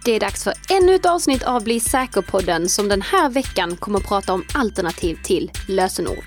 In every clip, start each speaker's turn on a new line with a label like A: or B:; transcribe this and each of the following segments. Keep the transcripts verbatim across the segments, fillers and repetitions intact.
A: Det är dags för ännu ett avsnitt av Bli säker-podden som den här veckan kommer att prata om alternativ till lösenord.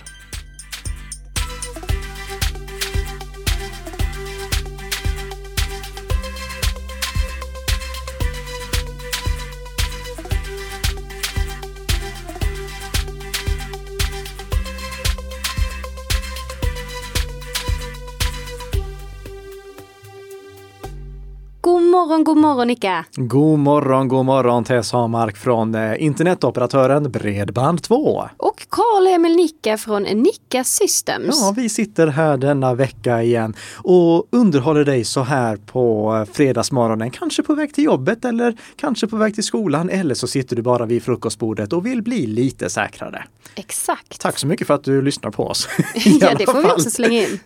A: God morgon, god morgon Nicka.
B: God morgon, god morgon Tess Hamark från eh, internetoperatören Bredband två.
A: Och Karl-Emil Nicka från Nicka Systems.
B: Ja, vi sitter här denna vecka igen och underhåller dig så här på eh, fredagsmorgonen. Kanske på väg till jobbet eller kanske på väg till skolan eller så sitter du bara vid frukostbordet och vill bli lite säkrare.
A: Exakt.
B: Tack så mycket för att du lyssnar på oss.
A: Ja, det får vi också slänga in.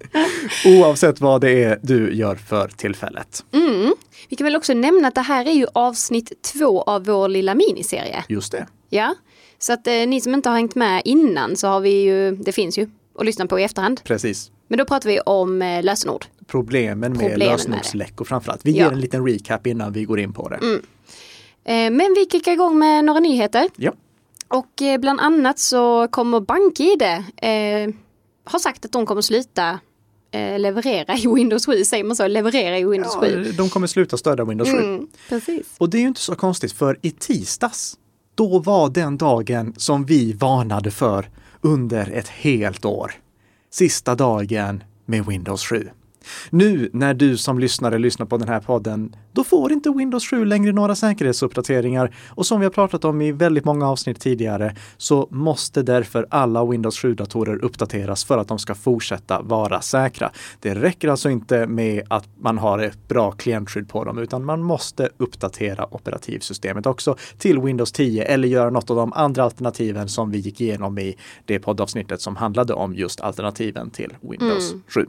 B: Oavsett vad det är du gör för tillfället.
A: Mm. Vi kan väl också nämna att det här är ju avsnitt två av vår lilla miniserie.
B: Just det.
A: Ja, så att eh, ni som inte har hängt med innan så har vi ju, det finns ju att lyssna på i efterhand.
B: Precis.
A: Men då pratar vi om eh, lösenord.
B: Problemen med
A: Problemen
B: lösenordsläckor framförallt. Vi
A: Ja.
B: ger en liten recap innan vi går in på det.
A: Mm. Eh, men vi kickar igång med några nyheter.
B: Ja.
A: Och eh, bland annat så kommer BankID eh, har sagt att de kommer sluta eh, leverera i Windows sju. Säger man så? Leverera i Windows
B: Ja,
A: sju.
B: de kommer sluta stödja Windows sju.
A: Mm, precis.
B: Och det är ju inte så konstigt för i tisdags, då var den dagen som vi varnade för under ett helt år. Sista dagen med Windows sju. Nu när du som lyssnare lyssnar på den här podden, då får inte Windows sju längre några säkerhetsuppdateringar. Och som vi har pratat om i väldigt många avsnitt tidigare så måste därför alla Windows sju-datorer uppdateras för att de ska fortsätta vara säkra. Det räcker alltså inte med att man har ett bra klientskydd på dem utan man måste uppdatera operativsystemet också till Windows tio eller göra något av de andra alternativen som vi gick igenom i det poddavsnittet som handlade om just alternativen till Windows
A: Mm.
B: sju.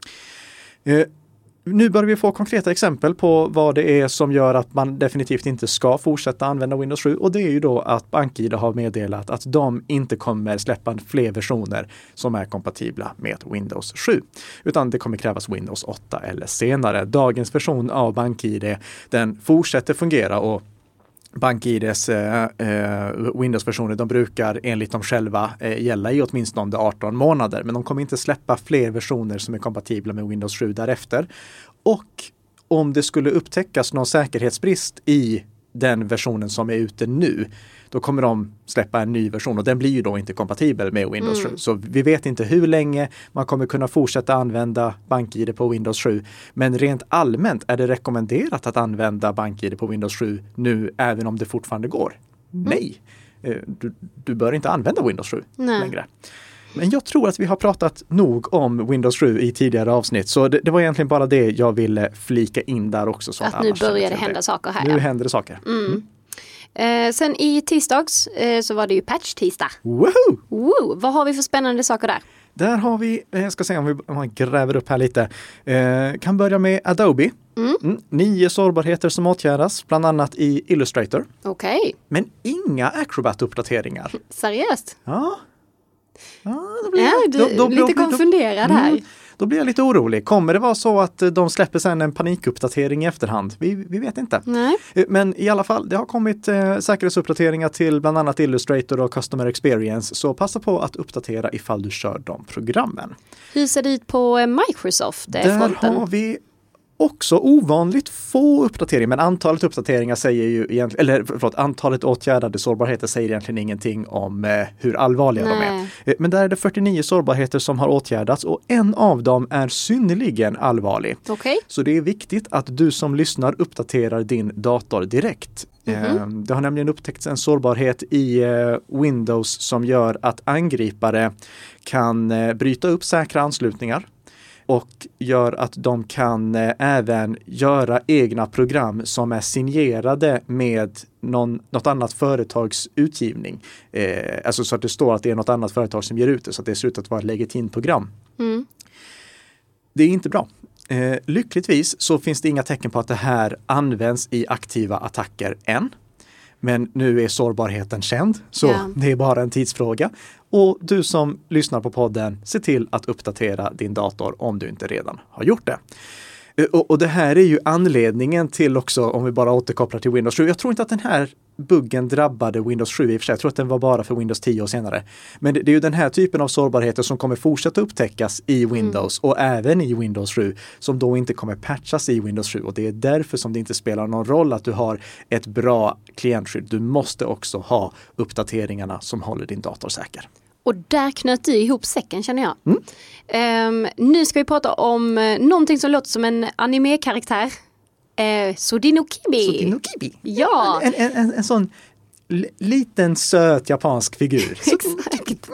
B: Eh, nu börjar vi få konkreta exempel på vad det är som gör att man definitivt inte ska fortsätta använda Windows sju och det är ju då att BankID har meddelat att de inte kommer släppa fler versioner som är kompatibla med Windows sju utan det kommer krävas Windows åtta eller senare. Dagens version av BankID den fortsätter fungera och BankIDs eh, Windows-versioner de brukar enligt dem själva eh, gälla i åtminstone arton månader men de kommer inte släppa fler versioner som är kompatibla med Windows sju därefter. Och om det skulle upptäckas någon säkerhetsbrist i den versionen som är ute nu då kommer de släppa en ny version och den blir ju då inte kompatibel med Windows
A: Mm.
B: sju. Så vi vet inte hur länge man kommer kunna fortsätta använda BankID på Windows sju. Men rent allmänt är det rekommenderat att använda BankID på Windows sju nu även om det fortfarande går. Mm. Nej, du, du bör inte använda Windows sju
A: Nej.
B: längre. Men jag tror att vi har pratat nog om Windows sju i tidigare avsnitt så det, det var egentligen bara det jag ville flika in där också. Så
A: Att,
B: att
A: nu
B: alla känner
A: börjar det
B: till
A: hända saker här.
B: Nu
A: ja.
B: händer det saker.
A: Mm.
B: Mm.
A: Eh, sen i tisdags eh, så var det ju patch-tisdag.
B: Woho!
A: Wow, vad har vi för spännande saker där?
B: Där har vi, jag ska se om vi om man gräver upp här lite. Eh, kan börja med Adobe.
A: Mm.
B: Mm, nio sårbarheter som åtgärdas, bland annat i Illustrator.
A: Okej, okay.
B: Men inga Acrobat-uppdateringar.
A: Seriöst?
B: Ja. Ja, då blir
A: Ja,
B: jag,
A: du,
B: då, då,
A: lite
B: då, då,
A: konfunderad här.
B: Mm, då blir jag lite orolig. Kommer det vara så att de släpper sen en panikuppdatering i efterhand? Vi, vi vet inte.
A: Nej.
B: Men i alla fall, det har kommit eh, säkerhetsuppdateringar till bland annat Illustrator och Customer Experience. Så passa på att uppdatera ifall du kör de programmen.
A: Hur ser det ut på Microsoft?
B: Där
A: fronten?
B: har vi också ovanligt få uppdateringar, men antalet uppdateringar säger ju egentligen, eller förlåt, antalet åtgärdade sårbarheter säger egentligen ingenting om eh, hur allvarliga
A: Nej.
B: de är. Eh, men där är det fyrtionio sårbarheter som har åtgärdats och en av dem är synnerligen allvarlig.
A: Okej.
B: Så det är viktigt att du som lyssnar uppdaterar din dator direkt.
A: Mhm.
B: Eh, det har nämligen upptäckts en sårbarhet i eh, Windows som gör att angripare kan eh, bryta upp säkra anslutningar. Och gör att de kan eh, även göra egna program som är signerade med någon, något annat företags utgivning. Eh, alltså så att det står att det är något annat företag som ger ut det så att det ser ut att vara ett legitimt program.
A: Mm.
B: Det är inte bra. Eh, lyckligtvis så finns det inga tecken på att det här används i aktiva attacker än. Men nu är sårbarheten känd, så
A: Ja.
B: det är bara en tidsfråga. Och du som lyssnar på podden, se till att uppdatera din dator om du inte redan har gjort det. Och, och det här är ju anledningen till också, om vi bara återkopplar till Windows sju. Jag tror inte att den här buggen drabbade Windows sju i och för sig. Jag tror att den var bara för Windows tio och senare. Men det, det är ju den här typen av sårbarheter som kommer fortsätta upptäckas i Windows mm. och även i Windows sju som då inte kommer patchas i Windows sju. Och det är därför som det inte spelar någon roll att du har ett bra klientskydd. Du måste också ha uppdateringarna som håller din dator säker.
A: Och där knöt du ihop säcken, känner jag.
B: Mm.
A: Um, nu ska vi prata om uh, någonting som låter som en anime-karaktär. Uh, Sodinokibi.
B: Sodinokibi.
A: Ja.
B: En, en, en, en sån l- liten söt japansk figur.
A: Exakt.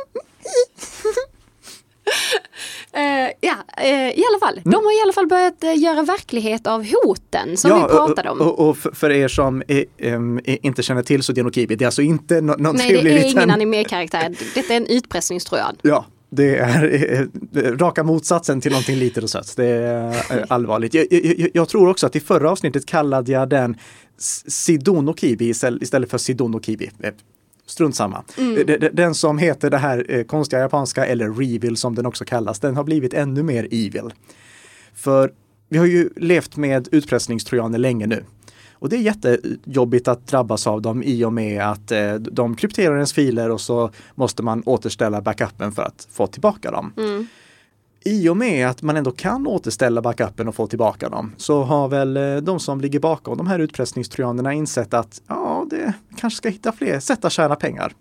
A: Uh, ja, uh, i alla fall. Mm. De har i alla fall börjat uh, göra verklighet av hoten som ja, vi pratade om.
B: Och, och, och för er som är, um, är, inte känner till Sodinokibi, det är alltså inte no- någon
A: Nej,
B: trevlig
A: det är
B: liten...
A: ingen anime-karaktär. Detta är en utpressningstrojan.
B: Ja, det är eh, raka motsatsen till någonting litet och sött. Det är eh, allvarligt. Jag, jag, jag tror också att i förra avsnittet kallade jag den Sidonokibi istället för Sidonokibi. Strunt samma. Mm. Den som heter det här eh, konstiga japanska eller Revil som den också kallas, den har blivit ännu mer evil. För vi har ju levt med utpressningstrojaner länge nu. Och det är jättejobbigt att drabbas av dem i och med att eh, de krypterar ens filer och så måste man återställa backupen för att få tillbaka dem.
A: Mm.
B: I och med att man ändå kan återställa backupen och få tillbaka dem så har väl eh, de som ligger bakom de här utpressningstrojanerna insett att ja, det kanske ska hitta fler sätt att tjäna pengar.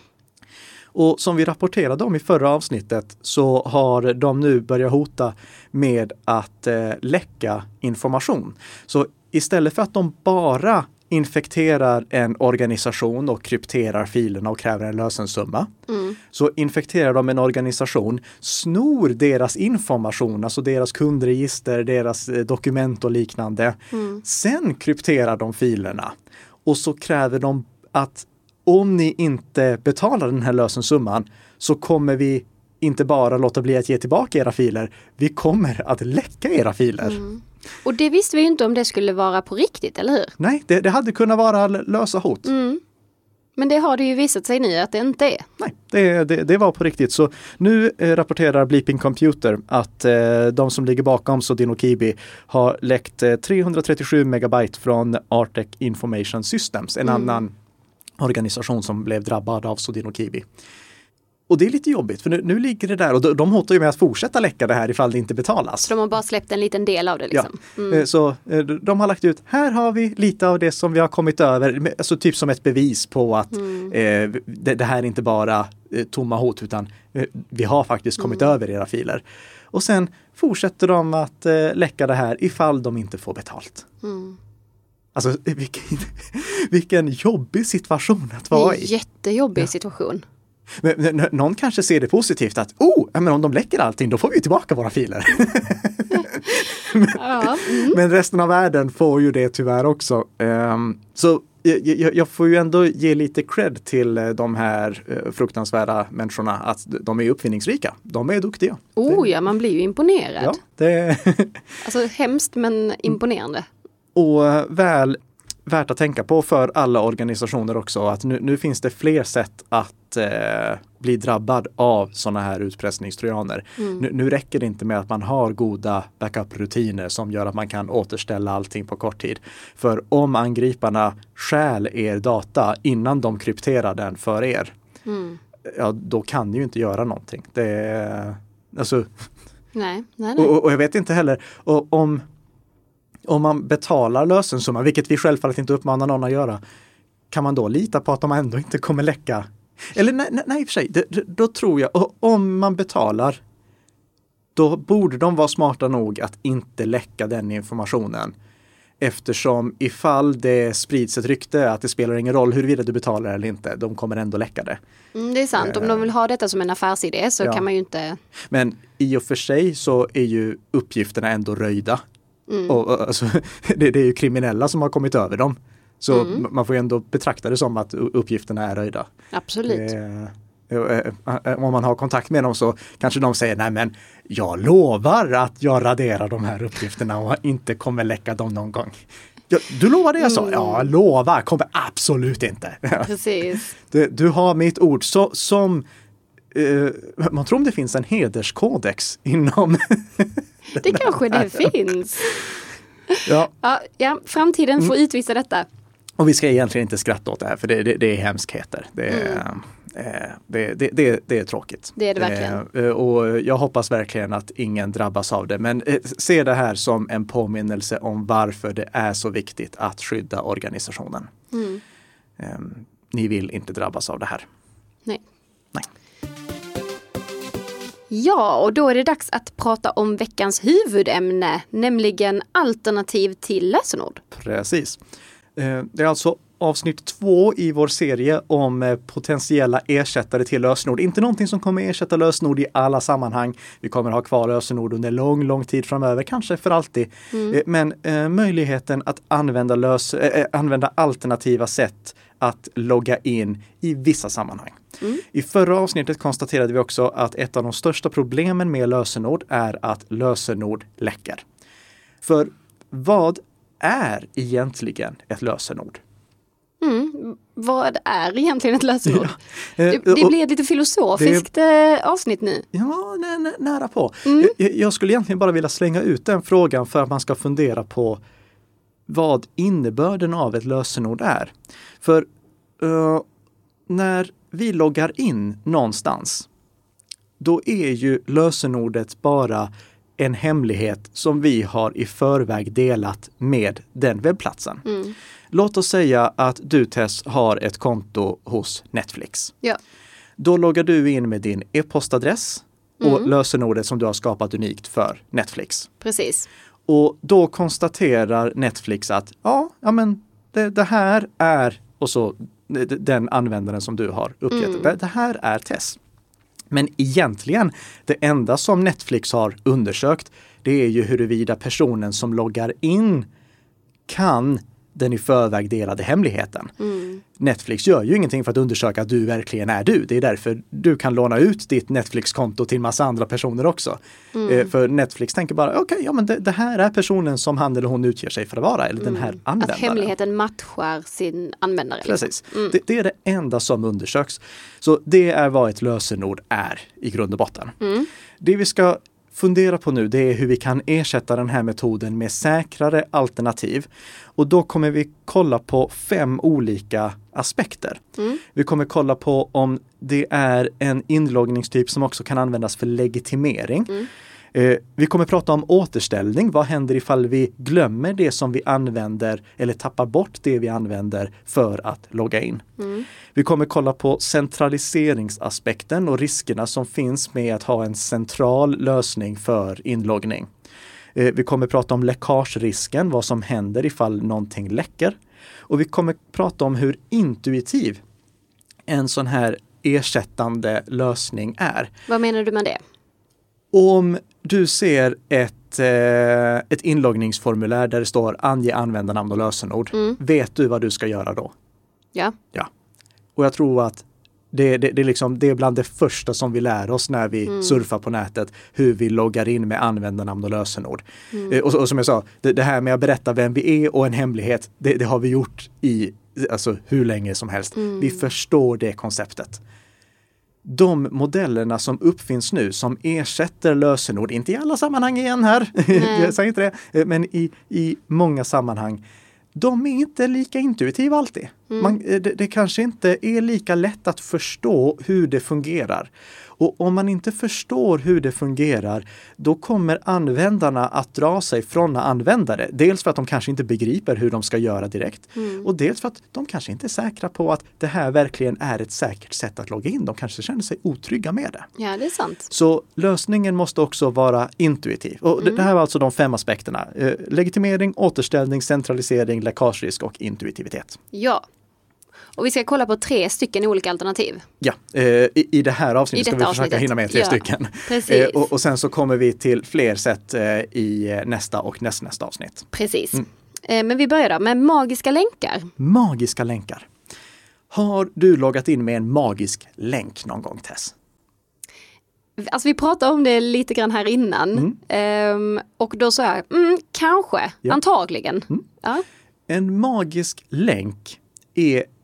B: Och som vi rapporterade om i förra avsnittet så har de nu börjat hota med att eh, läcka information. Så istället för att de bara infekterar en organisation och krypterar filerna och kräver en lösensumma
A: mm.
B: så infekterar de en organisation, snor deras information, alltså deras kundregister, deras dokument och liknande.
A: Mm.
B: Sen krypterar de filerna och så kräver de att om ni inte betalar den här lösensumman så kommer vi inte bara låta bli att ge tillbaka era filer, vi kommer att läcka era filer.
A: Mm. Och det visste vi ju inte om det skulle vara på riktigt, eller hur?
B: Nej, det, det hade kunnat vara lösa hot.
A: Mm. Men det har det ju visat sig nu att det inte är.
B: Nej, det, det, det var på riktigt. Så nu eh, rapporterar Bleeping Computer att eh, de som ligger bakom Sodinokibi har läckt eh, trehundratrettiosju megabyte från Artec Information Systems, en mm. annan organisation som blev drabbad av Sodinokibi. Och det är lite jobbigt för nu, nu ligger det där och de, de hotar ju med att fortsätta läcka det här ifall det inte betalas.
A: Så de har bara släppt en liten del av det liksom?
B: Ja. Mm. Så de har lagt ut, här har vi lite av det som vi har kommit över, alltså typ som ett bevis på att mm. eh, det, det här är inte bara eh, tomma hot utan eh, vi har faktiskt kommit mm. över era filer. Och sen fortsätter de att eh, läcka det här ifall de inte får betalt.
A: Mm.
B: Alltså vilken, vilken jobbig situation att vara i.
A: Det är en jättejobbig
B: ja.
A: situation.
B: Men, n- någon kanske ser det positivt att oh, men om de läcker allting då får vi tillbaka våra filer. men,
A: ja. mm.
B: men resten av världen får ju det tyvärr också. Um, så jag, jag får ju ändå ge lite cred till de här uh, fruktansvärda människorna att de är uppfinningsrika. De är duktiga.
A: Oh ja, man blir ju imponerad.
B: Ja, det...
A: alltså hemskt men imponerande.
B: Och uh, väl värt att tänka på för alla organisationer också att nu, nu finns det fler sätt att eh, bli drabbad av sådana här utpressningstrojaner.
A: Mm.
B: Nu, nu räcker det inte med att man har goda backup-rutiner som gör att man kan återställa allting på kort tid. För om angriparna stjäl er data innan de krypterar den för er,
A: mm.
B: ja, då kan ni ju inte göra någonting. Det är, alltså,
A: nej, nej, nej.
B: Och, och jag vet inte heller och, om Om man betalar lösensumma, vilket vi självfallet inte uppmanar någon att göra, kan man då lita på att de ändå inte kommer läcka? Eller nej, nej, nej i och för sig, det, då tror jag, om man betalar, då borde de vara smarta nog att inte läcka den informationen. Eftersom ifall det sprids ett rykte att det spelar ingen roll huruvida du betalar eller inte, de kommer ändå läcka det.
A: Mm, det är sant, om de vill ha detta som en affärsidé så ja. kan man ju inte...
B: Men i och för sig så är ju uppgifterna ändå röjda. Mm. Och, alltså, det, det är ju kriminella som har kommit över dem. Så mm. man får ju ändå betrakta det som att uppgifterna är röjda.
A: Absolut.
B: Eh, om man har kontakt med dem så kanske de säger nej men jag lovar att jag raderar de här uppgifterna och inte kommer läcka dem någon gång. Ja, du lovar det jag sa? Mm. Ja, lovar. Kommer absolut inte.
A: Precis.
B: Du, du har mitt ord så, som... Uh, man tror om det finns en hederskodex inom
A: Det kanske det finns.
B: Ja.
A: Ja, ja, framtiden får
B: Mm.
A: utvisa detta.
B: Och vi ska egentligen inte skratta åt det här för det, det, det är hemskheter. Det är,
A: Mm.
B: eh, det, det, det, det är tråkigt.
A: Det är det verkligen.
B: Eh, och jag hoppas verkligen att ingen drabbas av det. Men eh, se det här som en påminnelse om varför det är så viktigt att skydda organisationen.
A: Mm.
B: Eh, ni vill inte drabbas av det här.
A: Nej.
B: Nej.
A: Ja, och då är det dags att prata om veckans huvudämne, nämligen alternativ till lösenord.
B: Precis. Eh, det är alltså avsnitt två i vår serie om eh, potentiella ersättare till lösenord. Inte någonting som kommer ersätta lösenord i alla sammanhang. Vi kommer ha kvar lösenord under lång, lång tid framöver, kanske för alltid.
A: Mm.
B: Eh, men eh, möjligheten att använda, lös- eh, använda alternativa sätt att logga in i vissa sammanhang.
A: Mm.
B: I förra avsnittet konstaterade vi också att ett av de största problemen med lösenord är att lösenord läcker. För vad är egentligen ett lösenord?
A: Mm. Vad är egentligen ett lösenord?
B: Ja.
A: Det, det blir ett lite filosofiskt det... avsnitt nu.
B: Ja, nä, nä, nära på.
A: Mm.
B: Jag, jag skulle egentligen bara vilja slänga ut den frågan för att man ska fundera på vad innebörden av ett lösenord är. För uh, när vi loggar in någonstans, då är ju lösenordet bara en hemlighet som vi har i förväg delat med den webbplatsen.
A: Mm.
B: Låt oss säga att du, Tess, har ett konto hos Netflix.
A: Ja.
B: Då loggar du in med din e-postadress och
A: Mm.
B: lösenordet som du har skapat unikt för Netflix.
A: Precis.
B: Och då konstaterar Netflix att ja, ja men det, det här är, och så den användaren som du har uppgett,
A: Mm.
B: det, det här är Tess. Men egentligen, det enda som Netflix har undersökt, det är ju huruvida personen som loggar in kan den i förväg delade hemligheten.
A: Mm.
B: Netflix gör ju ingenting för att undersöka att du verkligen är du. Det är därför du kan låna ut ditt Netflix-konto till massa andra personer också.
A: Mm.
B: Eh, för Netflix tänker bara, okej, okay, ja men det, det här är personen som han eller hon utger sig för att vara, eller
A: Mm.
B: den här användaren.
A: Att hemligheten matchar sin användare. Liksom.
B: Precis.
A: Mm.
B: Det, det är det enda som undersöks. Så det är vad ett lösenord är i grund och botten.
A: Mm.
B: Det vi ska fundera på nu, det är hur vi kan ersätta den här metoden med säkrare alternativ. Och då kommer vi kolla på fem olika aspekter.
A: Mm.
B: Vi kommer kolla på om det är en inloggningstyp som också kan användas för legitimering.
A: Mm.
B: Eh, vi kommer prata om återställning. Vad händer ifall vi glömmer det som vi använder eller tappar bort det vi använder för att logga in?
A: Mm.
B: Vi kommer kolla på centraliseringsaspekten och riskerna som finns med att ha en central lösning för inloggning. Eh, vi kommer prata om läckagerisken, vad som händer ifall någonting läcker. Och vi kommer prata om hur intuitiv en sån här ersättande lösning är.
A: Vad menar du med det?
B: Om du ser ett, eh, ett inloggningsformulär där det står ange användarnamn och lösenord,
A: Mm.
B: vet du vad du ska göra då?
A: Ja.
B: Ja. Och jag tror att det, det, det, är liksom, det är bland det första som vi lär oss när vi
A: Mm.
B: surfar på nätet, hur vi loggar in med användarnamn och lösenord.
A: Mm.
B: Eh, och, och som jag sa, det, det här med att berätta vem vi är och en hemlighet, det, det har vi gjort i alltså, hur länge som helst.
A: Mm.
B: Vi förstår det konceptet. De modellerna som uppfinns nu som ersätter lösenord, inte i alla sammanhang igen här, jag säger inte det, men i, i många sammanhang, de är inte lika intuitiva alltid.
A: Mm.
B: Man, det, det kanske inte är lika lätt att förstå hur det fungerar. Och om man inte förstår hur det fungerar, då kommer användarna att dra sig från användare. Dels för att de kanske inte begriper hur de ska göra direkt.
A: Mm.
B: Och dels för att de kanske inte är säkra på att det här verkligen är ett säkert sätt att logga in. De kanske känner sig otrygga med det.
A: Ja, det är sant.
B: Så lösningen måste också vara intuitiv. Och
A: Mm.
B: det här var alltså de fem aspekterna. Eh, legitimering, återställning, centralisering, läckagerisk och intuitivitet.
A: Ja. Och vi ska kolla på tre stycken olika alternativ.
B: Ja, eh, i, i det här avsnittet
A: I
B: ska vi
A: detta
B: försöka
A: avsnittet.
B: hinna med tre
A: Ja,
B: stycken.
A: Precis.
B: Eh, och, och sen så kommer vi till fler sätt eh, i nästa och nästnästa avsnitt.
A: Precis.
B: Mm.
A: Eh, men vi börjar då med magiska länkar.
B: Magiska länkar. Har du loggat in med en magisk länk någon gång, Tess?
A: Alltså vi pratade om det lite grann här innan.
B: Mm.
A: Ehm, och då sa jag, mm, kanske,
B: Ja.
A: antagligen.
B: Mm.
A: Ja.
B: En magisk länk är ett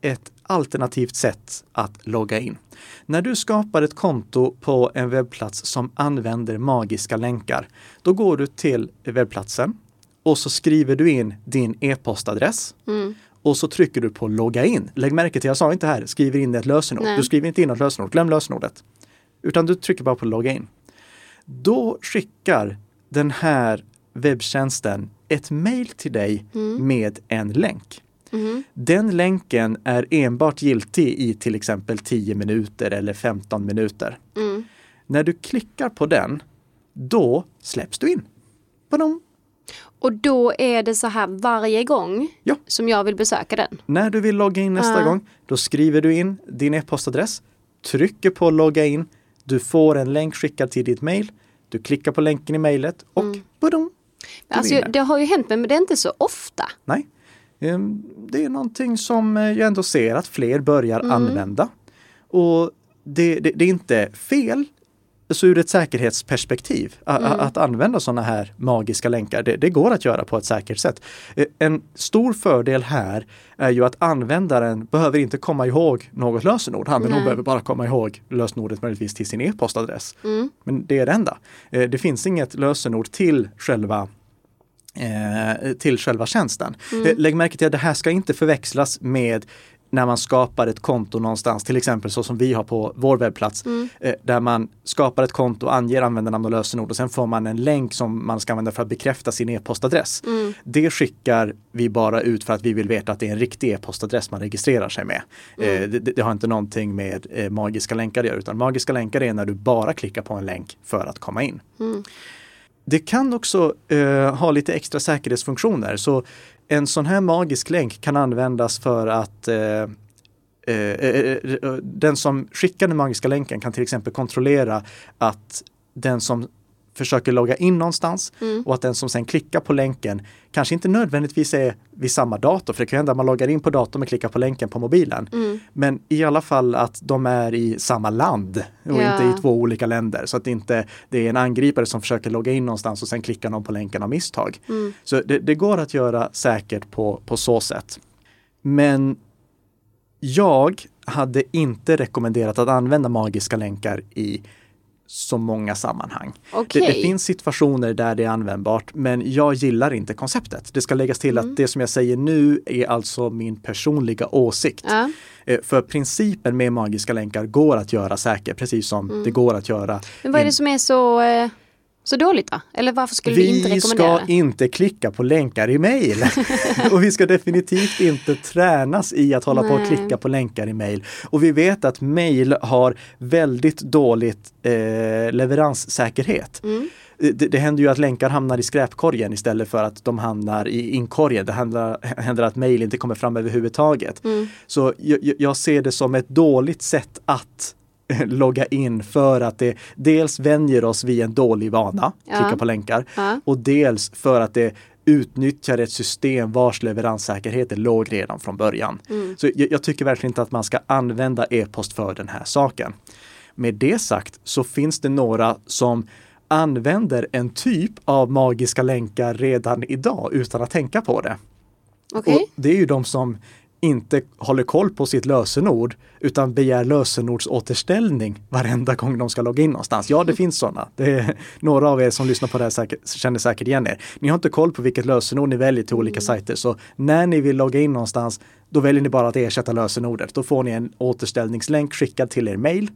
B: alternativt sätt att logga in. När du skapar ett konto på en webbplats som använder magiska länkar, då går du till webbplatsen och så skriver du in din e-postadress mm. och så trycker du på logga in. Lägg märke till, jag sa inte här, skriver in ett lösenord. Nej. Du skriver inte in något lösenord, glöm lösenordet. Utan du trycker bara på logga in. Då skickar den här webbtjänsten ett mejl till dig mm. med en länk. Mm. Den länken är enbart giltig i till exempel tio minuter eller femton minuter. Mm. När du klickar på den, då släpps du in. Badum.
A: Och då är det så här varje gång ja. som jag vill besöka den?
B: När du vill logga in nästa uh. gång, då skriver du in din e-postadress, trycker på logga in, du får en länk skickad till ditt mejl, du klickar på länken i mejlet och mm. badum.
A: Alltså, det har ju hänt mig, men det är inte så ofta.
B: Nej. Det är någonting som jag ändå ser att fler börjar mm. använda. Och det, det, det är inte fel så ur ett säkerhetsperspektiv mm. att, att använda sådana här magiska länkar. Det, det går att göra på ett säkert sätt. En stor fördel här är ju att användaren behöver inte komma ihåg något lösenord. Han eller hon behöver bara komma ihåg lösenordet möjligtvis till sin e-postadress. Mm. Men det är det enda. Det finns inget lösenord till själva Eh, till själva tjänsten. Mm. Lägg märke till att det här ska inte förväxlas med när man skapar ett konto någonstans, till exempel så som vi har på vår webbplats, mm. eh, där man skapar ett konto, anger användarnamn och lösenord och sen får man en länk som man ska använda för att bekräfta sin e-postadress. Mm. Det skickar vi bara ut för att vi vill veta att det är en riktig e-postadress man registrerar sig med. Mm. Eh, det, det har inte någonting med eh, magiska länkar att göra, utan magiska länkar är när du bara klickar på en länk för att komma in. Mm. Det kan också uh, ha lite extra säkerhetsfunktioner. Så en sån här magisk länk kan användas för att uh, uh, uh, den som skickar den magiska länken kan till exempel kontrollera att den som försöker logga in någonstans mm. och att den som sen klickar på länken kanske inte nödvändigtvis är vid samma dator. För det kan hända att man loggar in på datorn och klickar på länken på mobilen. Mm. Men i alla fall att de är i samma land och ja. inte i två olika länder. Så att det inte det är en angripare som försöker logga in någonstans och sen klickar någon på länken av misstag. Mm. Så det, det går att göra säkert på, på så sätt. Men jag hade inte rekommenderat att använda magiska länkar i så många sammanhang. Okay. Det, det finns situationer där det är användbart, men jag gillar inte konceptet. Det ska läggas till mm. att det som jag säger nu är alltså min personliga åsikt. Ja. För principen med magiska länkar går att göra säker, precis som mm. det går att göra.
A: Men vad är det som är så... Eh... Så dåligt då? Eller varför skulle vi inte rekommendera?
B: Vi ska inte klicka på länkar i mejl. Och vi ska definitivt inte tränas i att hålla Nej. på att klicka på länkar i mejl. Och vi vet att mejl har väldigt dåligt eh, leveranssäkerhet. Mm. Det, det händer ju att länkar hamnar i skräpkorgen istället för att de hamnar i inkorgen. Det händer, händer att mejl inte kommer fram överhuvudtaget. Mm. Så jag, jag ser det som ett dåligt sätt att logga in, för att det dels vänjer oss vid en dålig vana, ja. klicka på länkar, ja. och dels för att det utnyttjar ett system vars leveranssäkerhet är låg redan från början. Mm. Så jag, jag tycker verkligen inte att man ska använda e-post för den här saken. Med det sagt så finns det några som använder en typ av magiska länkar redan idag utan att tänka på det.
A: Okay.
B: Och det är ju de som inte håller koll på sitt lösenord utan begär lösenordsåterställning varenda gång de ska logga in någonstans. Ja, det finns sådana. Det är några av er som lyssnar på det här säkert, känner säkert igen er. Ni har inte koll på vilket lösenord ni väljer till olika mm. sajter, så när ni vill logga in någonstans, då väljer ni bara att ersätta lösenordet. Då får ni en återställningslänk skickad till er mail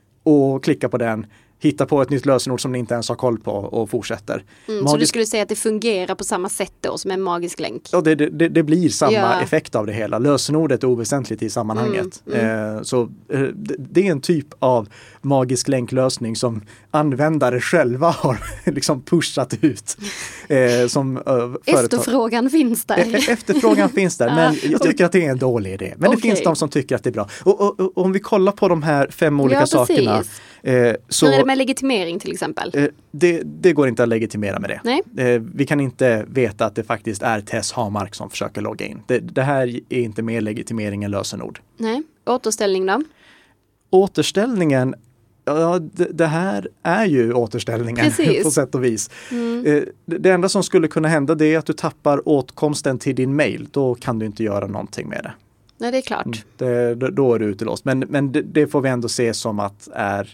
B: och klicka på den. Hitta på ett nytt lösenord som ni inte ens har koll på och fortsätter.
A: Mm, Magisk... Så du skulle säga att det fungerar på samma sätt då som en magisk länk?
B: Ja, det, det, det blir samma ja. effekt av det hela. Lösenordet är oväsentligt i sammanhanget. Mm, mm. Eh, så eh, det är en typ av magisk länklösning som användare själva har liksom pushat ut. Eh, som, eh,
A: Efterfrågan finns där.
B: E- efterfrågan finns där, men jag tycker att det är en dålig idé. Men okay. det finns de som tycker att det är bra. Och, och, och om vi kollar på de här fem olika ja, sakerna.
A: Eh, så, Hur är det med legitimering till exempel?
B: Eh, det, det går inte att legitimera med det.
A: Nej.
B: Eh, vi kan inte veta att det faktiskt är Tess Hamark som försöker logga in. Det, det här är inte mer legitimering än lösenord.
A: Nej. Återställning då?
B: Återställningen, ja, det, det här är ju återställningen på sätt och vis. Mm. Eh, det, det enda som skulle kunna hända det är att du tappar åtkomsten till din mail. Då kan du inte göra någonting med det.
A: Nej, det är klart.
B: Det, då är du utelåst. Men, men det, det får vi ändå se som att är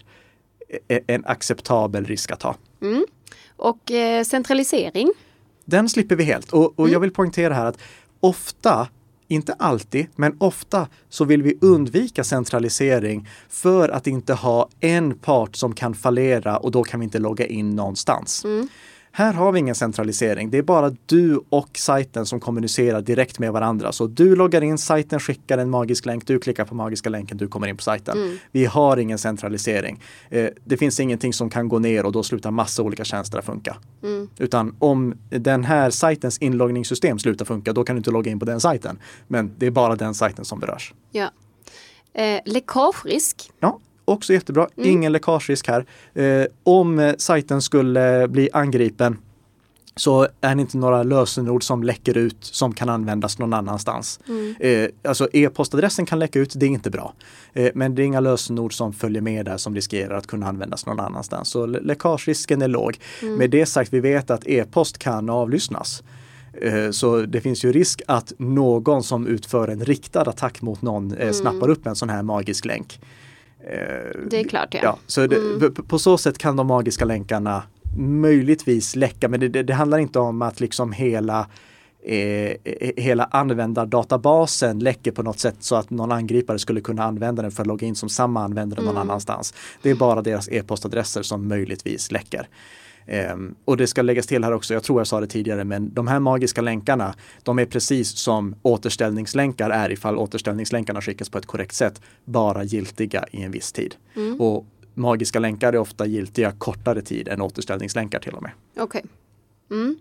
B: en acceptabel risk att ha.
A: Mm. Och eh, centralisering?
B: Den slipper vi helt. Och, och
A: mm.
B: jag vill poängtera här att ofta, inte alltid, men ofta så vill vi undvika centralisering för att inte ha en part som kan fallera och då kan vi inte logga in någonstans.
A: Mm.
B: Här har vi ingen centralisering. Det är bara du och sajten som kommunicerar direkt med varandra. Så du loggar in, sajten skickar en magisk länk, du klickar på magiska länken, du kommer in på sajten. Mm. Vi har ingen centralisering. Eh, det finns ingenting som kan gå ner och då slutar massa olika tjänster att funka. Mm. Utan om den här sajtens inloggningssystem slutar funka, då kan du inte logga in på den sajten. Men det är bara den sajten som berörs.
A: Ja. Eh, läckagerisk?
B: Ja. Också jättebra. Mm. Ingen läckagerisk här. Eh, om sajten skulle bli angripen så är det inte några lösenord som läcker ut som kan användas någon annanstans. Mm. Eh, alltså e-postadressen kan läcka ut, det är inte bra. Eh, men det är inga lösenord som följer med där som riskerar att kunna användas någon annanstans. Så lä- läckagerisken är låg. Mm. Med det sagt, vi vet att e-post kan avlyssnas. Eh, så det finns ju risk att någon som utför en riktad attack mot någon eh, mm. snappar upp en sån här magisk länk.
A: Det är klart, ja.
B: ja så det,
A: mm.
B: på så sätt kan de magiska länkarna möjligtvis läcka, men det, det, det handlar inte om att liksom hela, eh, hela användardatabasen läcker på något sätt så att någon angripare skulle kunna använda den för att logga in som samma användare mm. någon annanstans. Det är bara deras e-postadresser som möjligtvis läcker. Um, och det ska läggas till här också, jag tror jag sa det tidigare, men de här magiska länkarna, de är precis som återställningslänkar är ifall återställningslänkarna skickas på ett korrekt sätt, bara giltiga i en viss tid. Mm. Och magiska länkar är ofta giltiga kortare tid än återställningslänkar till och med.
A: Okej. Okay. Mm.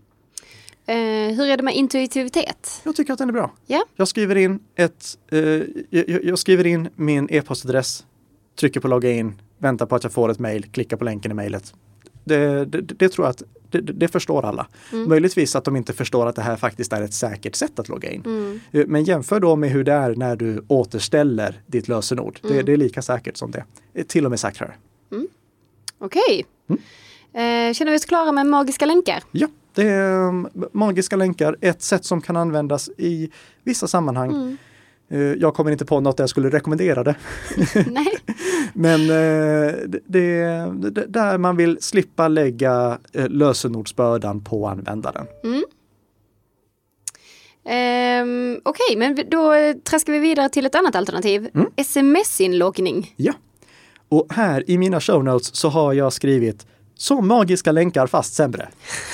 A: Eh, hur är det med intuitivitet?
B: Jag tycker att den är bra.
A: Yeah.
B: Jag skriver in ett, eh, jag, jag skriver in min e-postadress, trycker på logga in, väntar på att jag får ett mejl, klickar på länken i mejlet. Det, det, det tror jag att det, det förstår alla. Mm. Möjligtvis att de inte förstår att det här faktiskt är ett säkert sätt att logga in. Mm. Men jämför då med hur det är när du återställer ditt lösenord. Mm. Det, det är lika säkert som det. Till och med säkrare.
A: Mm. Okej. Okay. Mm. Eh, känner vi oss klara med magiska länkar?
B: Ja, det är magiska länkar. Ett sätt som kan användas i vissa sammanhang. Mm. Jag kommer inte på något där jag skulle rekommendera det.
A: Nej.
B: Men det, det, det där man vill slippa lägga lösenordsbördan på användaren.
A: Mm. Um, Okej, okay, men då traskar vi vidare till ett annat alternativ. Mm. sms-inloggning.
B: Ja, och här i mina show notes så har jag skrivit så magiska länkar fast sämre.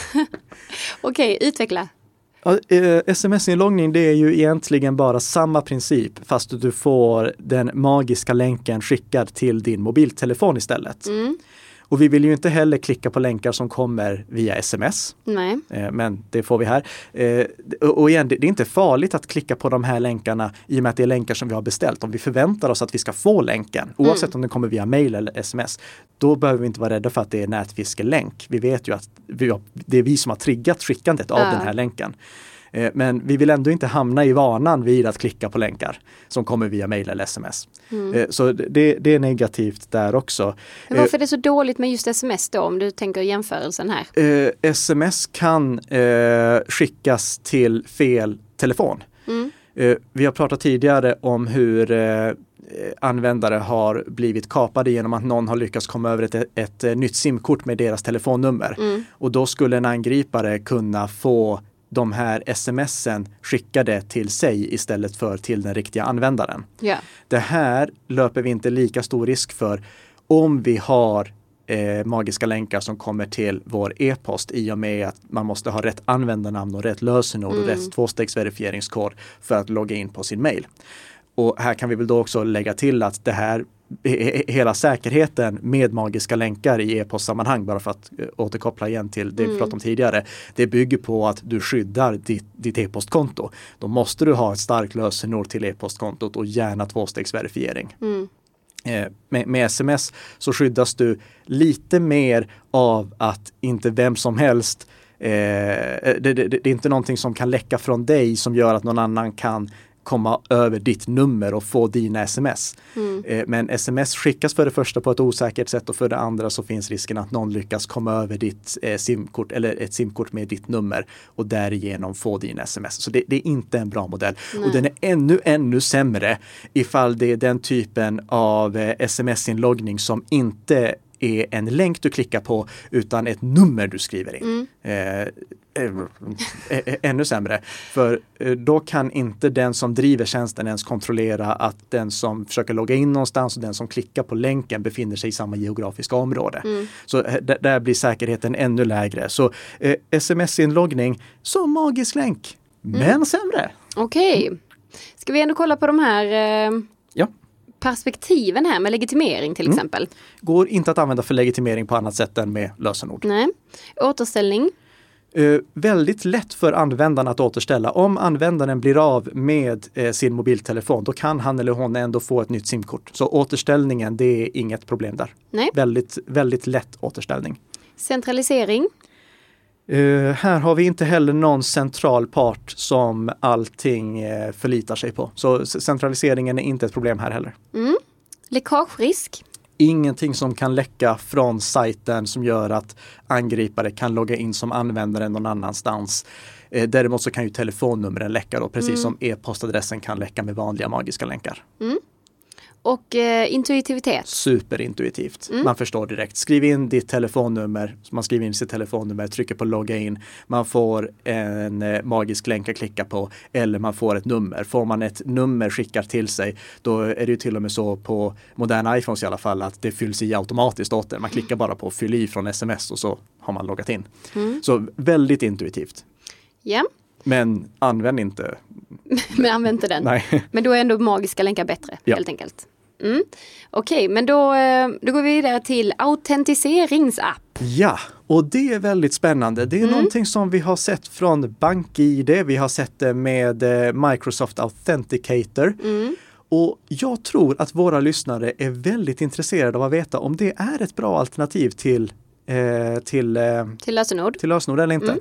A: Okej, okay, utveckla.
B: Ja, eh, sms-inloggning det är ju egentligen bara samma princip fast du får den magiska länken skickad till din mobiltelefon istället. Mm. Och vi vill ju inte heller klicka på länkar som kommer via sms.
A: Nej.
B: Eh, men det får vi här. Eh, och igen, det, det är inte farligt att klicka på de här länkarna i och med att det är länkar som vi har beställt. Om vi förväntar oss att vi ska få länken, oavsett mm. om den kommer via mail eller sms, då behöver vi inte vara rädda för att det är nätfiskelänk. Vi vet ju att vi har, det är vi som har triggat skickandet av ja. den här länken. Men vi vill ändå inte hamna i vanan vid att klicka på länkar som kommer via mail eller sms. Mm. Så det, det är negativt där också.
A: Men varför är det så dåligt med just sms då, om du tänker jämförelsen här?
B: Eh, sms kan eh, skickas till fel telefon. Mm. Eh, vi har pratat tidigare om hur eh, användare har blivit kapade genom att någon har lyckats komma över ett, ett, ett nytt simkort med deras telefonnummer. Mm. Och då skulle en angripare kunna få de här smsen skickade till sig istället för till den riktiga användaren.
A: Yeah.
B: Det här löper vi inte lika stor risk för om vi har eh, magiska länkar som kommer till vår e-post i och med att man måste ha rätt användarnamn och rätt lösenord mm. och rätt tvåstegsverifieringskod för att logga in på sin mail. Och här kan vi väl då också lägga till att det här hela säkerheten med magiska länkar i e-postsammanhang, bara för att återkoppla igen till det vi pratade om tidigare, det bygger på att du skyddar ditt, ditt e-postkonto. Då måste du ha ett starkt lösenord till e-postkontot och gärna tvåstegsverifiering. Mm. Eh, med, med sms så skyddas du lite mer av att inte vem som helst Eh, det, det, det är inte någonting som kan läcka från dig som gör att någon annan kan komma över ditt nummer och få dina sms. Mm. Eh, men sms skickas för det första på ett osäkert sätt och för det andra så finns risken att någon lyckas komma över ditt eh, simkort eller ett simkort med ditt nummer och därigenom få dina sms. Så det, det är inte en bra modell. Nej. Och den är ännu, ännu sämre ifall det är den typen av eh, sms-inloggning som inte är en länk du klickar på utan ett nummer du skriver in. Mm. Eh, eh, ännu sämre. För eh, då kan inte den som driver tjänsten ens kontrollera att den som försöker logga in någonstans och den som klickar på länken befinner sig i samma geografiska område. Mm. Så eh, d- där blir säkerheten ännu lägre. Så eh, sms-inloggning som magisk länk, mm. men sämre.
A: Okej. Okay. Ska vi ändå kolla på de här... Eh...
B: Ja.
A: perspektiven här med legitimering till exempel. Mm.
B: Går inte att använda för legitimering på annat sätt än med lösenord.
A: Nej. Återställning.
B: Uh, väldigt lätt för användaren att återställa. Om användaren blir av med uh, sin mobiltelefon, då kan han eller hon ändå få ett nytt simkort. Så återställningen, det är inget problem där.
A: Nej.
B: Väldigt, väldigt lätt återställning.
A: Centralisering.
B: Uh, här har vi inte heller någon central part som allting uh, förlitar sig på. Så centraliseringen är inte ett problem här heller.
A: Mm. Läckagerisk.
B: Ingenting som kan läcka från sajten som gör att angripare kan logga in som användare någon annanstans. Uh, däremot så kan ju telefonnumren läcka då, precis mm. som e-postadressen kan läcka med vanliga magiska länkar.
A: Mm. Och eh, intuitivitet.
B: Superintuitivt. Mm. Man förstår direkt. Skriv in ditt telefonnummer. Man skriver in sitt telefonnummer, trycker på logga in. Man får en eh, magisk länk att klicka på. Eller man får ett nummer. Får man ett nummer skickat till sig, då är det ju till och med så på moderna iPhones i alla fall att det fylls i automatiskt åt det. Man klickar bara på fyll i från sms och så har man loggat in. Mm. Så väldigt intuitivt.
A: Ja. Yeah.
B: Men använd inte.
A: Men använd inte den.
B: Nej.
A: Men då är ändå magiska länkar bättre, ja. Helt enkelt. Mm. Okej, okay, men då, då går vi vidare till autentiseringsapp.
B: Ja, och det är väldigt spännande. Det är mm. någonting som vi har sett från BankID. Vi har sett det med Microsoft Authenticator. Mm. Och jag tror att våra lyssnare är väldigt intresserade av att veta om det är ett bra alternativ till, eh, till, eh,
A: till lösenord.
B: Till lösenord eller inte. Mm.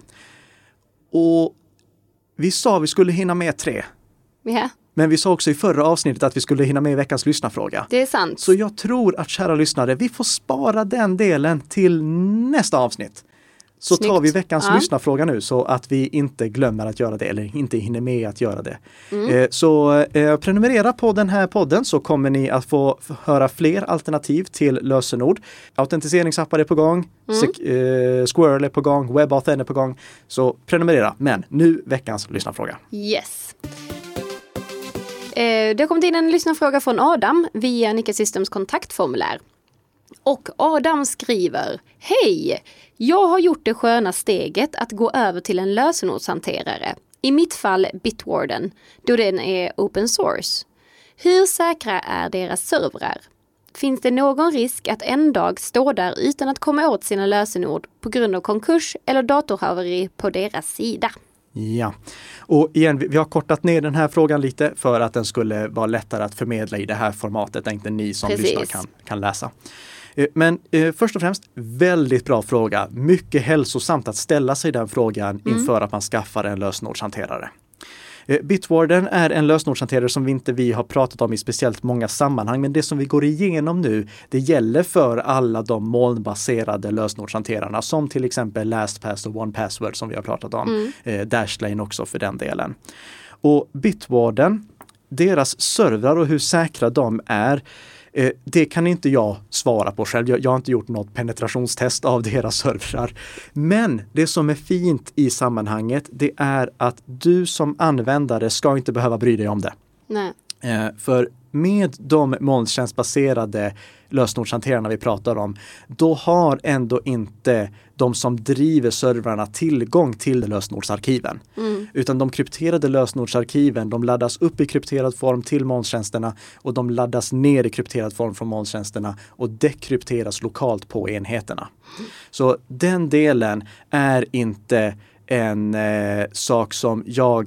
B: Och vi sa att vi skulle hinna med tre.
A: Ja.
B: Men vi sa också i förra avsnittet att vi skulle hinna med veckans lyssnarfråga.
A: Det är sant.
B: Så jag tror att, kära lyssnare, vi får spara den delen till nästa avsnitt. Så Snyggt. Tar vi veckans ja. lyssnarfråga nu så att vi inte glömmer att göra det eller inte hinner med att göra det. Mm. Eh, så eh, prenumerera på den här podden så kommer ni att få höra fler alternativ till lösenord. Autentiseringsappar är på gång, mm. eh, Squirrel är på gång, WebAuthn är på gång. Så prenumerera. Men nu veckans lyssnarfråga.
A: Yes. Det har kommit in en lyssnarfråga från Adam via Nika Systems kontaktformulär. Och Adam skriver: Hej! Jag har gjort det sköna steget att gå över till en lösenordshanterare. I mitt fall Bitwarden, då den är open source. Hur säkra är deras servrar? Finns det någon risk att en dag stå där utan att komma åt sina lösenord på grund av konkurs eller datorhaveri på deras sida?
B: Ja, och igen, vi har kortat ner den här frågan lite för att den skulle vara lättare att förmedla i det här formatet där inte ni som
A: Precis.
B: lyssnar kan, kan läsa. Men eh, först och främst, väldigt bra fråga. Mycket hälsosamt att ställa sig den frågan mm. inför att man skaffar en lösenordshanterare. Bitwarden är en lösenordshanterare som vi inte vi har pratat om i speciellt många sammanhang, men det som vi går igenom nu, det gäller för alla de molnbaserade lösenordshanterarna som till exempel LastPass och one password som vi har pratat om, mm. eh, Dashlane också för den delen. Och Bitwarden, deras servrar och hur säkra de är, eh, det kan inte jag svara på själv. Jag, jag har inte gjort något penetrationstest av deras servrar. Men det som är fint i sammanhanget, det är att du som användare ska inte behöva bry dig om det.
A: Nej.
B: Eh, för med de molntjänstbaserade lösenordshanterarna vi pratar om, då har ändå inte de som driver servrarna tillgång till lösenordsarkiven. Mm. Utan de krypterade lösenordsarkiven, de laddas upp i krypterad form till molntjänsterna och de laddas ner i krypterad form från molntjänsterna och dekrypteras lokalt på enheterna. Mm. Så den delen är inte en eh, sak som jag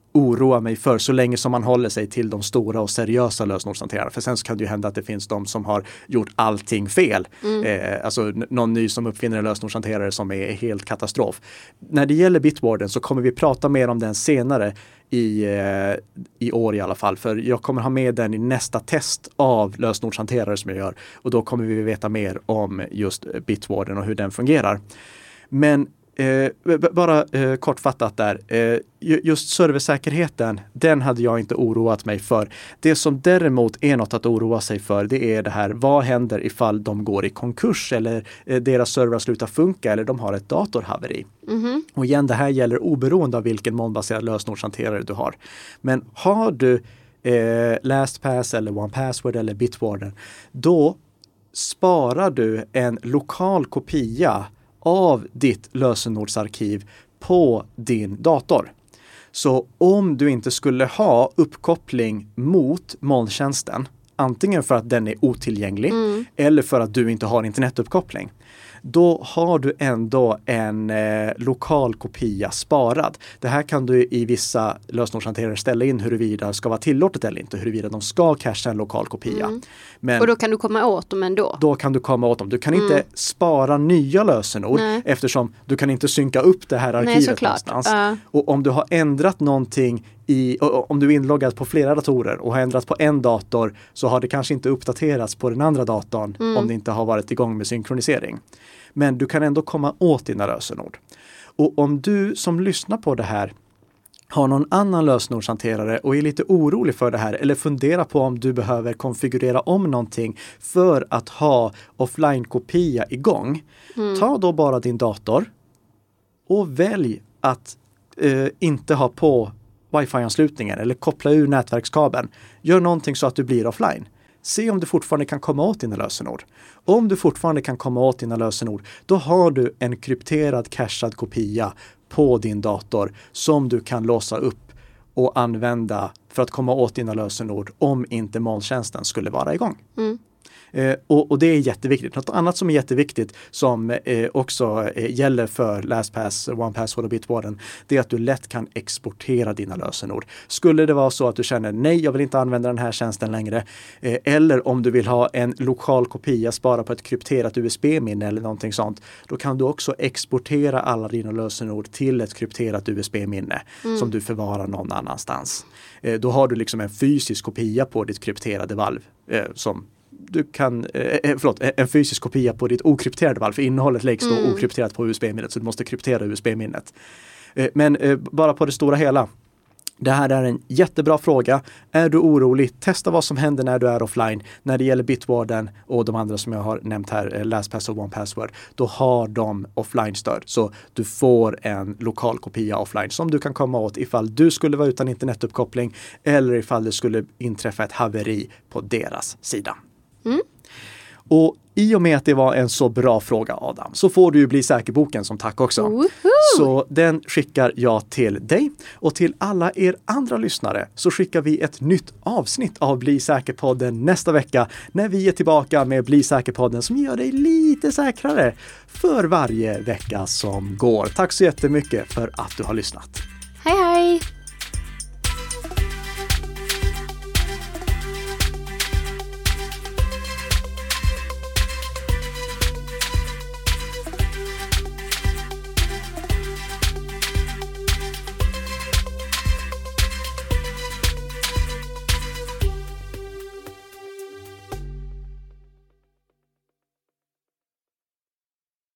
B: oroa mig för så länge som man håller sig till de stora och seriösa lösenordshanterare. För sen så kan det ju hända att det finns de som har gjort allting fel. Mm. Eh, alltså n- någon ny som uppfinner en lösenordshanterare som är helt katastrof. När det gäller Bitwarden så kommer vi prata mer om den senare i, eh, i år i alla fall. För jag kommer ha med den i nästa test av lösenordshanterare som jag gör. Och då kommer vi veta mer om just Bitwarden och hur den fungerar. Men Eh, b- bara eh, kortfattat där. Eh, just serversäkerheten, den hade jag inte oroat mig för. Det som däremot är något att oroa sig för, det är det här, vad händer ifall de går i konkurs eller eh, deras servrar slutar funka eller de har ett datorhaveri. Mm-hmm. Och igen, det här gäller oberoende av vilken molnbaserad lösenordshanterare du har. Men har du eh, LastPass eller OnePassword eller Bitwarden, då sparar du en lokal kopia av ditt lösenordsarkiv på din dator. Så om du inte skulle ha uppkoppling mot molntjänsten, antingen för att den är otillgänglig mm. eller för att du inte har internetuppkoppling, då har du ändå en eh, lokal kopia sparad. Det här kan du i vissa lösenordshanterare ställa in huruvida det ska vara tillåtet eller inte, huruvida de ska casha en lokal kopia. Mm. Men
A: och då kan du komma åt dem ändå?
B: Då kan du komma åt dem. Du kan mm. inte spara nya lösenord Nej. eftersom du kan inte synka upp det här arkivet
A: Nej,
B: någonstans.
A: Uh.
B: Och om du har ändrat någonting i, om du är inloggad på flera datorer och har ändrat på en dator, så har det kanske inte uppdaterats på den andra datorn mm. om det inte har varit igång med synkronisering. Men du kan ändå komma åt dina lösenord. Och om du som lyssnar på det här har någon annan lösenordshanterare och är lite orolig för det här eller funderar på om du behöver konfigurera om någonting för att ha offline-kopia igång, mm. ta då bara din dator och välj att eh, inte ha på wifi-anslutningen eller koppla ur nätverkskabeln. Gör någonting så att du blir offline. Se om du fortfarande kan komma åt dina lösenord. Om du fortfarande kan komma åt dina lösenord, då har du en krypterad cashad kopia på din dator som du kan låsa upp och använda för att komma åt dina lösenord om inte molntjänsten skulle vara igång. Mm. Eh, och, och det är jätteviktigt. Något annat som är jätteviktigt som eh, också eh, gäller för LastPass, OnePassword och Bitwarden, det är att du lätt kan exportera dina lösenord. Skulle det vara så att du känner nej, jag vill inte använda den här tjänsten längre, eh, eller om du vill ha en lokal kopia, spara på ett krypterat U S B-minne eller någonting sånt, då kan du också exportera alla dina lösenord till ett krypterat U S B-minne mm. som du förvarar någon annanstans. Eh, då har du liksom en fysisk kopia på ditt krypterade valv eh, som du kan, eh, förlåt, en fysisk kopia på ditt okrypterade valv, för innehållet läggs då mm. okrypterat på U S B-minnet, så du måste kryptera U S B-minnet. Eh, men eh, bara på det stora hela, det här är en jättebra fråga. Är du orolig? Testa vad som händer när du är offline. När det gäller Bitwarden och de andra som jag har nämnt här, LastPass och OnePassword, då har de offline-stöd. Så du får en lokal kopia offline som du kan komma åt ifall du skulle vara utan internetuppkoppling eller ifall det skulle inträffa ett haveri på deras sida. Mm. Och i och med att det var en så bra fråga, Adam, så får du ju Bli säker-boken som tack också. Woho! Så den skickar jag till dig. Och till alla er andra lyssnare så skickar vi ett nytt avsnitt av Bli säker-podden nästa vecka, när vi är tillbaka med Bli säker-podden som gör dig lite säkrare för varje vecka som går. Tack så jättemycket för att du har lyssnat.
A: Hej hej!